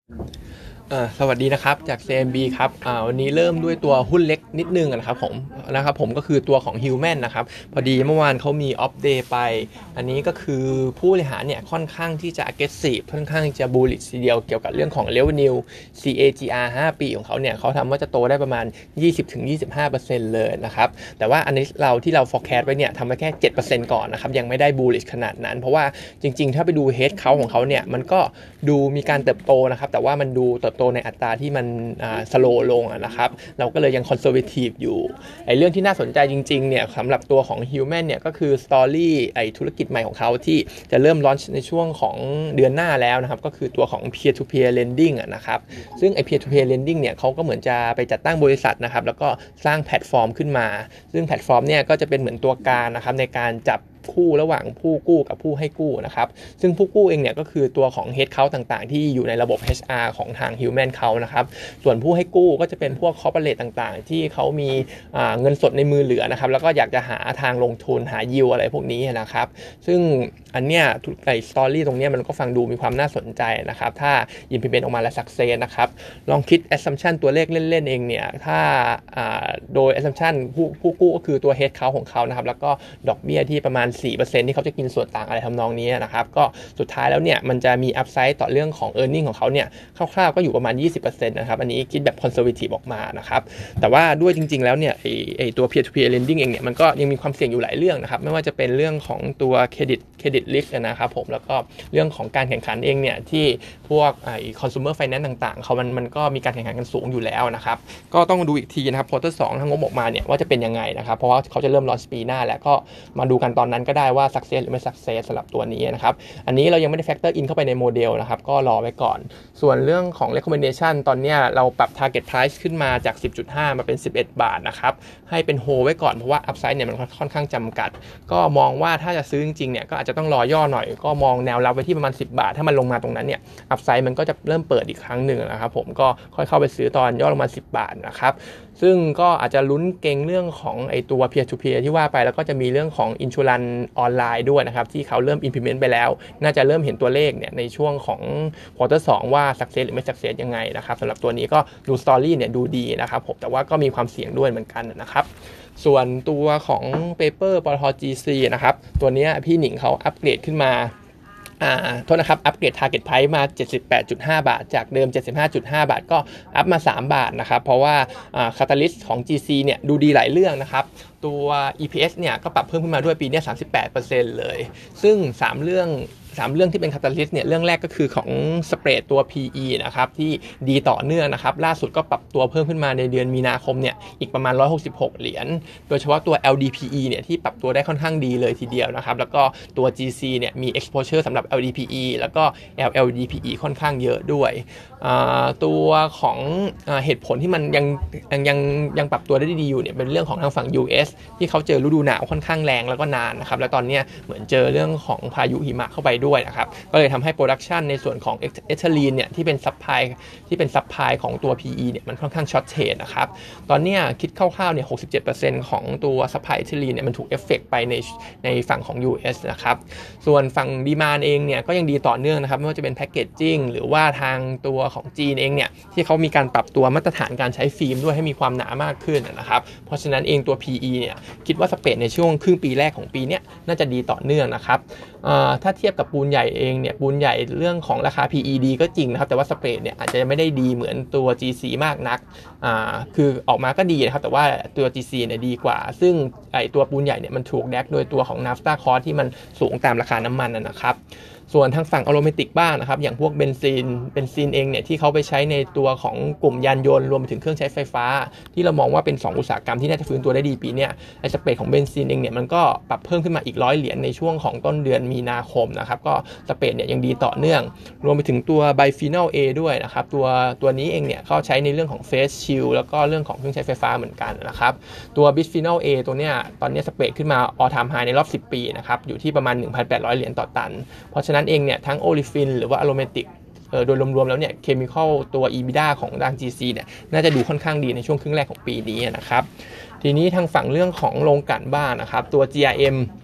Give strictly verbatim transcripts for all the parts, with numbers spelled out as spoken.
สวัสดีนะครับจาก ซี เอ็ม บี ครับวันนี้เริ่มด้วยตัวหุ้นเล็กนิดนึงนะครับผมนะครับผมก็คือตัวของ Human นะครับพอดีเมื่อวานเขามี Off Day ไปอันนี้ก็คือผู้บริหารเนี่ยค่อนข้างที่จะ aggressive ค่อนข้างจะ bullish ทีเดียวเกี่ยวกับเรื่องของ revenue ซี เอ จี อาร์ ห้า ปีของเขาเนี่ยเขาทำว่าจะโตได้ประมาณ ยี่สิบถึงยี่สิบห้าเปอร์เซ็นต์ เลยนะครับแต่ว่าอันนี้เราที่เรา forecast ไว้เนี่ยทำไว้แค่ เจ็ดเปอร์เซ็นต์ ก่อนนะครับยังไม่ได้ bullish ขนาดนั้นเพราะว่าจริงๆถ้าไปดู head count ของเขาเนี่ยมันก็ดูมีการเติบโตนะครับแต่ว่ามันดูเติบโตในอัตราที่มันสโลว์ลงนะครับเราก็เลยยังคอนเซอร์เวทีฟอยู่ไอ้เรื่องที่น่าสนใจจริงๆเนี่ยสำหรับตัวของ Human เนี่ยก็คือสตอรี่ไอ้ธุรกิจใหม่ของเขาที่จะเริ่มลอนช์ในช่วงของเดือนหน้าแล้วนะครับก็คือตัวของ peer to peer lending อ่ะนะครับซึ่งไอ้ peer to peer lending เนี่ยเขาก็เหมือนจะไปจัดตั้งบริษัทนะครับแล้วก็สร้างแพลตฟอร์มขึ้นมาซึ่งแพลตฟอร์มเนี่ยก็จะเป็นเหมือนตัวกลางนะครับในการจับคู่ระหว่างผู้กู้กับผู้ให้กู้นะครับซึ่งผู้กู้เองเนี่ยก็คือตัวของ head count ต่างๆที่อยู่ในระบบ เอช อาร์ ของทาง Human เขานะครับส่วนผู้ให้กู้ก็จะเป็นพวก corporate ต่างๆที่เขามีเงินสดในมือเหลือนะครับแล้วก็อยากจะหาทางลงทุนหา yield อะไรพวกนี้นะครับซึ่งอันเนี้ยไอ้ story ตรงเนี้ยมันก็ฟังดูมีความน่าสนใจนะครับถ้า implement ออกมาแล้ว success นะครับลองคิด assumption ตัวเลขเล่นๆเองเนี่ยถ้าโดย assumption ผู้ผู้กู้ก็คือตัว head count ของเขานะครับแล้วก็ดอกเบี้ยที่ประมาณสี่เปอร์เซ็นต์ ที่เขาจะกินส่วนต่างอะไรทำนองนี้นะครับก็สุดท้ายแล้วเนี่ยมันจะมี upside ต่อเรื่องของ earning ของเขาเนี่ยคร่าวๆก็อยู่ประมาณ ยี่สิบเปอร์เซ็นต์ นะครับอันนี้คิดแบบ conservative ออกมานะครับแต่ว่าด้วยจริงๆแล้วเนี่ยไอ้ไอ้ตัว peer to peer lending เองเนี่ยมันก็ยังมีความเสี่ยงอยู่หลายเรื่องนะครับไม่ว่าจะเป็นเรื่องของตัว credit credit risk นะครับผมแล้วก็เรื่องของการแข่งขันเองเนี่ยที่พวกไอ้ consumer finance ต่างๆเขามันมันก็มีการแข่งขันกันสูงอยู่แล้วนะครับก็ต้องดูอีกทีนะครับ quarter สองถ้างบออกมาเนี่ยว่าจะเป็นยังไงนะครับเพราะว่าเขาจะเริ่ม launch ปีหน้าแล้วก็มาดูกันตอนนั้นก็ได้ว่า success หรือไม่ success สำหรับตัวนี้นะครับอันนี้เรายังไม่ได้ factor in เข้าไปในโมเดลนะครับก็รอไว้ก่อนส่วนเรื่องของ recommendation ตอนนี้เราปรับ target price ขึ้นมาจาก สิบจุดห้า มาเป็นสิบเอ็ดบาทนะครับให้เป็น hold ไว้ก่อนเพราะว่า upside เนี่ยมันค่อนข้างจำกัดก็มองว่าถ้าจะซื้อจริงๆเนี่ยก็อาจจะต้องรอย่อหน่อยก็มองแนวรับไว้ที่ประมาณสิบบาทถ้ามันลงมาตรงนั้นเนี่ย upside มันก็จะเริ่มเปิดอีกครั้งหนึ่งนะครับผมก็ค่อยเข้าไปซื้อตอนย่อลงมาสิบบาทนะครับซึ่งก็อาจจะลุ้นเก่งเรื่องของไอตัว peer to peer ที่ว่าไปแล้วก็จะมีเรื่องของ insurance ออนไลน์ด้วยนะครับที่เขาเริ่ม implement ไปแล้วน่าจะเริ่มเห็นตัวเลขเนี่ยในช่วงของ quarter สองว่า success หรือไม่ success ยังไงนะครับสำหรับตัวนี้ก็ดู story เนี่ยดูดีนะครับผมแต่ว่าก็มีความเสี่ยงด้วยเหมือนกันนะครับส่วนตัวของ paper ปตท จี ซี นะครับตัวนี้พี่หนิงเขาอัปเกรดขึ้นมาอ่าโทษนะครับอัปเกรด target price มา เจ็ดสิบแปดจุดห้า บาทจากเดิม เจ็ดสิบห้าจุดห้า บาทก็อัพมาสามบาทนะครับเพราะว่าอ่า catalyst ของ จี ซี เนี่ยดูดีหลายเรื่องนะครับตัว อี พี เอส เนี่ยก็ปรับเพิ่มขึ้นมาด้วยปีนี้ สามสิบแปดเปอร์เซ็นต์ เลยซึ่งสามเรื่องสามเรื่องที่เป็น catalyst เนี่ยเรื่องแรกก็คือของสเปรดตัว พี อี นะครับที่ดีต่อเนื่องนะครับล่าสุดก็ปรับตัวเพิ่มขึ้นมาในเดือนมีนาคมเนี่ยอีกประมาณหนึ่งร้อยหกสิบหกเหรียญโดยเฉพาะตัว แอล ดี พี อี เนี่ยที่ปรับตัวได้ค่อนข้างดีเลยทีเดียวนะครับแล้วก็ตัว จี ซี เนี่ยมี exposure สำหรับ แอล ดี พี อี แล้วก็ แอล แอล ดี พี อี ค่อนข้างเยอะด้วยตัวของเหตุผลที่มันยังยังยังยังปรับตัวได้ดีอยู่เนี่ยเป็นเรื่องของทางฝั่ง ยู เอส ที่เขาเจอฤดูหนาวค่อนข้างแรงแล้วก็นานนะครับแล้วตอนนี้เหมือนเจอเรื่องของพายุหิมะเข้าไปด้วยนะครับก็เลยทำให้โปรดักชันในส่วนของเอทิลีนเนี่ยที่เป็นซัพพลายที่เป็นซัพพลายของตัว พี อี เนี่ยมันค่อนข้างช็อตเทรดนะครับตอนนี้คิดคร่าวๆเนี่ย หกสิบเจ็ดเปอร์เซ็นต์ ของตัวซัพพลายเอทิลีนเนี่ยมันถูกเอฟเฟกต์ไปในในฝั่งของ ยู เอส นะครับส่วนฝั่งดีมานด์เองเนี่ยก็ยังดีต่อเนื่องนะครับไม่ว่าจะเป็นแพคเกจจิ้งหรือว่าทางตัวของจีนเองเนี่ยที่เขามีการปรับตัวมาตรฐานการใช้ฟิล์มด้วยให้มีความหนามากขึ้นนะครับเพราะฉะนั้นเองตัว พี อี เนี่ยคิดว่าสเปรดในช่วงครึ่งปีแรกของปีนี้น่าจะดีต่อเนื่องนะครับถ้าเทียบกับปูนใหญ่เองเนี่ยปูนใหญ่เรื่องของราคา พี อี ดีก็จริงนะครับแต่ว่าสเปรดเนี่ยอาจจะไม่ได้ดีเหมือนตัว จี ซี มากนักคือออกมาก็ดีนะครับแต่ว่าตัว จี ซี เนี่ยดีกว่าซึ่งไอตัวปูนใหญ่เนี่ยมันถูกแดกโดยตัวของ Naphtha cost ที่มันสูงตามราคาน้ำมันนะครับส่วนทางฝั่งอโรเมติกบ้างนะครับอย่างพวกเบนซินเบนซินเองเนี่ยที่เขาไปใช้ในตัวของกลุ่มยานยนต์รวมไปถึงเครื่องใช้ไฟฟ้าที่เรามองว่าเป็นสองอุตสาหกรรมที่น่าจะฟื้นตัวได้ดีปีนี้ไอ้สเปรดของเบนซินเองเนี่ยมันก็ปรับเพิ่มขึ้นมาอีกร้อยเหรียญในช่วงของต้นเดือนมีนาคมนะครับก็สเปรดเนี่ยยังดีต่อเนื่องรวมไปถึงตัวไบฟีนอล A ด้วยนะครับตัวตัวนี้เองเนี่ยเขาใช้ในเรื่องของเฟสชิลแล้วก็เรื่องของเครื่องใช้ไฟฟ้าเหมือนกันนะครับตัวบิสฟีนอล A ตัวเนี้ยตอนนี้สเปรดขึ้นมาออลไทม์ไฮในรอบสิบปีนะครับอยู่ที่ประมาณ หนึ่งพันแปดร้อย เหรียญต่อตันเพราะฉะนั้นเองเนี่ยทั้งโอลิฟินหรือว่าอะโรเมติกโดยรวมๆแล้วเนี่ยเคมีคอลตัว อี บี ดี เอ ของทาง จี ซี เนี่ยน่าจะดูค่อนข้างดีในช่วงครึ่งแรกของปีนี้นะครับทีนี้ทางฝั่งเรื่องของโรงกลั่นบ้านนะครับตัว จี อาร์ เอ็ม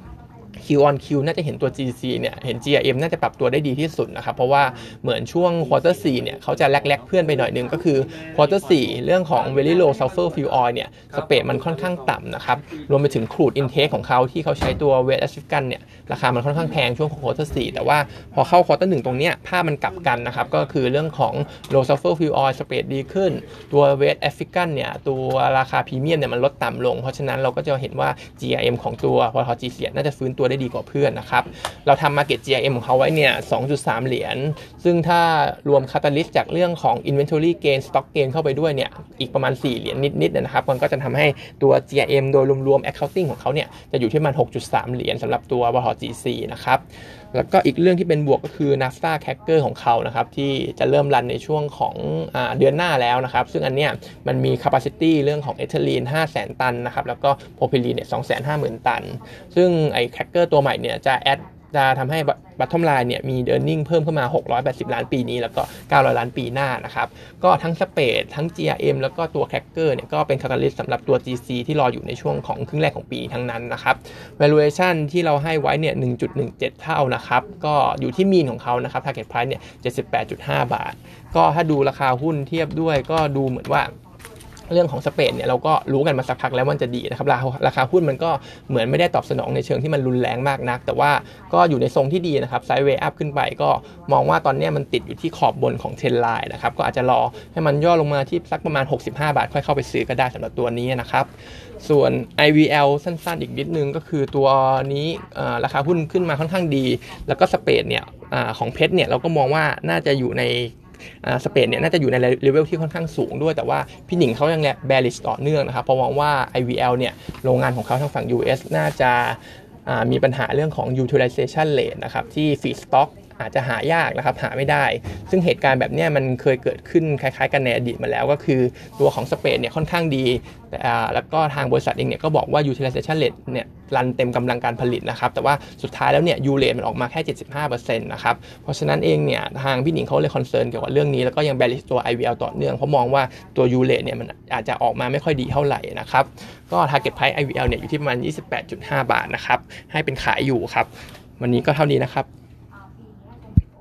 Q on Q น่าจะเห็นตัว จี ซี เนี่ยเห็น จี อาร์ เอ็ม น่าจะปรับตัวได้ดีที่สุดนะครับเพราะว่าเหมือนช่วง quarter สี่เนี่ยเขาจะแลกๆเพื่อนไปหน่อยนึงก็คือ quarter สี่เรื่องของ very low sulfur fuel oil เนี่ยสเปรดมันค่อนข้างต่ำนะครับรวมไปถึง crude intake ของเขาที่เขาใช้ตัว West African เนี่ยราคามันค่อนข้างแพงช่วงของ quarter สี่แต่ว่าพอเข้า quarter หนึ่งตรงเนี้ยภาพมันกลับกันนะครับก็คือเรื่องของ low sulfur fuel oil สเปรดดีขึ้นตัว West African เนี่ยตัวราคาพรีเมียมเนี่ยมันลดต่ำลงเพราะฉะนั้นเราก็จะเห็นว่า จี อาร์ เอ็ม ของตัวปตท จี ซี น่าจะฟื้นตัวได้ดีกว่าเพื่อนนะครับเราทำ market จี อาร์ เอ็ม ของเขาไว้เนี่ย สองจุดสาม เหรียญซึ่งถ้ารวม catalyst จากเรื่องของ inventory gain stock gain เข้าไปด้วยเนี่ยอีกประมาณสี่เหรียญนิดๆนะครับมันก็จะทำให้ตัว จี อาร์ เอ็ม โดยรวมๆ accounting ของเขาเนี่ยจะอยู่ที่ประมาณ หกจุดสาม เหรียญสำหรับตัวปตท จี ซี นะครับแล้วก็อีกเรื่องที่เป็นบวกก็คือ NAFTA cracker ของเขานะครับที่จะเริ่มรันในช่วงของอ่าเดือนหน้าแล้วนะครับซึ่งอันเนี้ยมันมี capacity เรื่องของเอทิลีน ห้าแสน ตันนะครับแล้วก็โพรพิลีนเนี่ย สองแสนห้าหมื่น ตันซึ่งไอ้ cracker ตัวใหม่เนี่ยจะแอดจะทำให้ bottom line เนี่ยมี earning เพิ่มขึ้นมาหกร้อยแปดสิบล้านปีนี้แล้วก็เก้าร้อยล้านปีหน้านะครับก็ทั้งสเปดทั้ง จี อาร์ เอ็ม แล้วก็ตัว cracker เนี่ยก็เป็น catalyst สำหรับตัว จี ซี ที่รออยู่ในช่วงของครึ่งแรกของปีทั้งนั้นนะครับ valuation ที่เราให้ไว้เนี่ย หนึ่งจุดหนึ่งเจ็ด เท่านะครับก็อยู่ที่ mean ของเขานะครับ target price เนี่ย เจ็ดสิบแปดจุดห้า บาทก็ถ้าดูราคาหุ้นเทียบด้วยก็ดูเหมือนว่าเรื่องของสเปนเนี่ยเราก็รู้กันมาสักพักแล้วมันจะดีนะครับราคาราคาหุ้นมันก็เหมือนไม่ได้ตอบสนองในเชิงที่มันรุนแรงมากนักแต่ว่าก็อยู่ในทรงที่ดีนะครับไซด์เวย์อัพขึ้นไปก็มองว่าตอนนี้มันติดอยู่ที่ขอบบนของเทรนไลน์นะครับก็อาจจะรอให้มันย่อลงมาที่สักประมาณหกสิบห้าบาทค่อยเข้าไปซื้อก็ได้สำหรับตัวนี้นะครับส่วน ไอ วี แอล สั้นๆอีกนิดนึงก็คือตัวนี้ราคาหุ้นขึ้นมาค่อนข้างดีแล้วก็สเปนเนี่ยของเพชรเนี่ยเราก็มองว่าน่าจะอยู่ในสเปนเนี่ยน่าจะอยู่ในเลเวลที่ค่อนข้างสูงด้วยแต่ว่าพี่หนิงเขายังแบริชต่อเนื่องนะครับเพราะมองว่า ไอ วี แอล เนี่ยโรงงานของเขาทางฝั่ง ยู เอส น่าจะมีปัญหาเรื่องของ utilization rate นะครับที่ feedstock อาจจะหายากนะครับหาไม่ได้ซึ่งเหตุการณ์แบบนี้มันเคยเกิดขึ้นคล้ายๆกันในอดีตมาแล้วก็คือตัวของสเปนเนี่ยค่อนข้างดีแล้วก็ทางบริษัทเองเนี่ยก็บอกว่า utilization rate เนี่ยรันเต็มกำลังการผลิตนะครับแต่ว่าสุดท้ายแล้วเนี่ยยูเรทมันออกมาแค่ เจ็ดสิบห้าเปอร์เซ็นต์ นะครับเพราะฉะนั้นเองเนี่ยทางพี่หนิงเขาเลยคอนเซิร์นเกี่ยวกับเรื่องนี้แล้วก็ยังแบริชตัว ไอ วี แอล ต่อเนื่องเพราะมองว่าตัวยูเรทเนี่ยมันอาจจะออกมาไม่ค่อยดีเท่าไหร่นะครับก็ target price ไอ วี แอล เนี่ยอยู่ที่ประมาณ ยี่สิบแปดจุดห้า บาทนะครับให้เป็นขายอยู่ครับวันนี้ก็เท่านี้นะครับ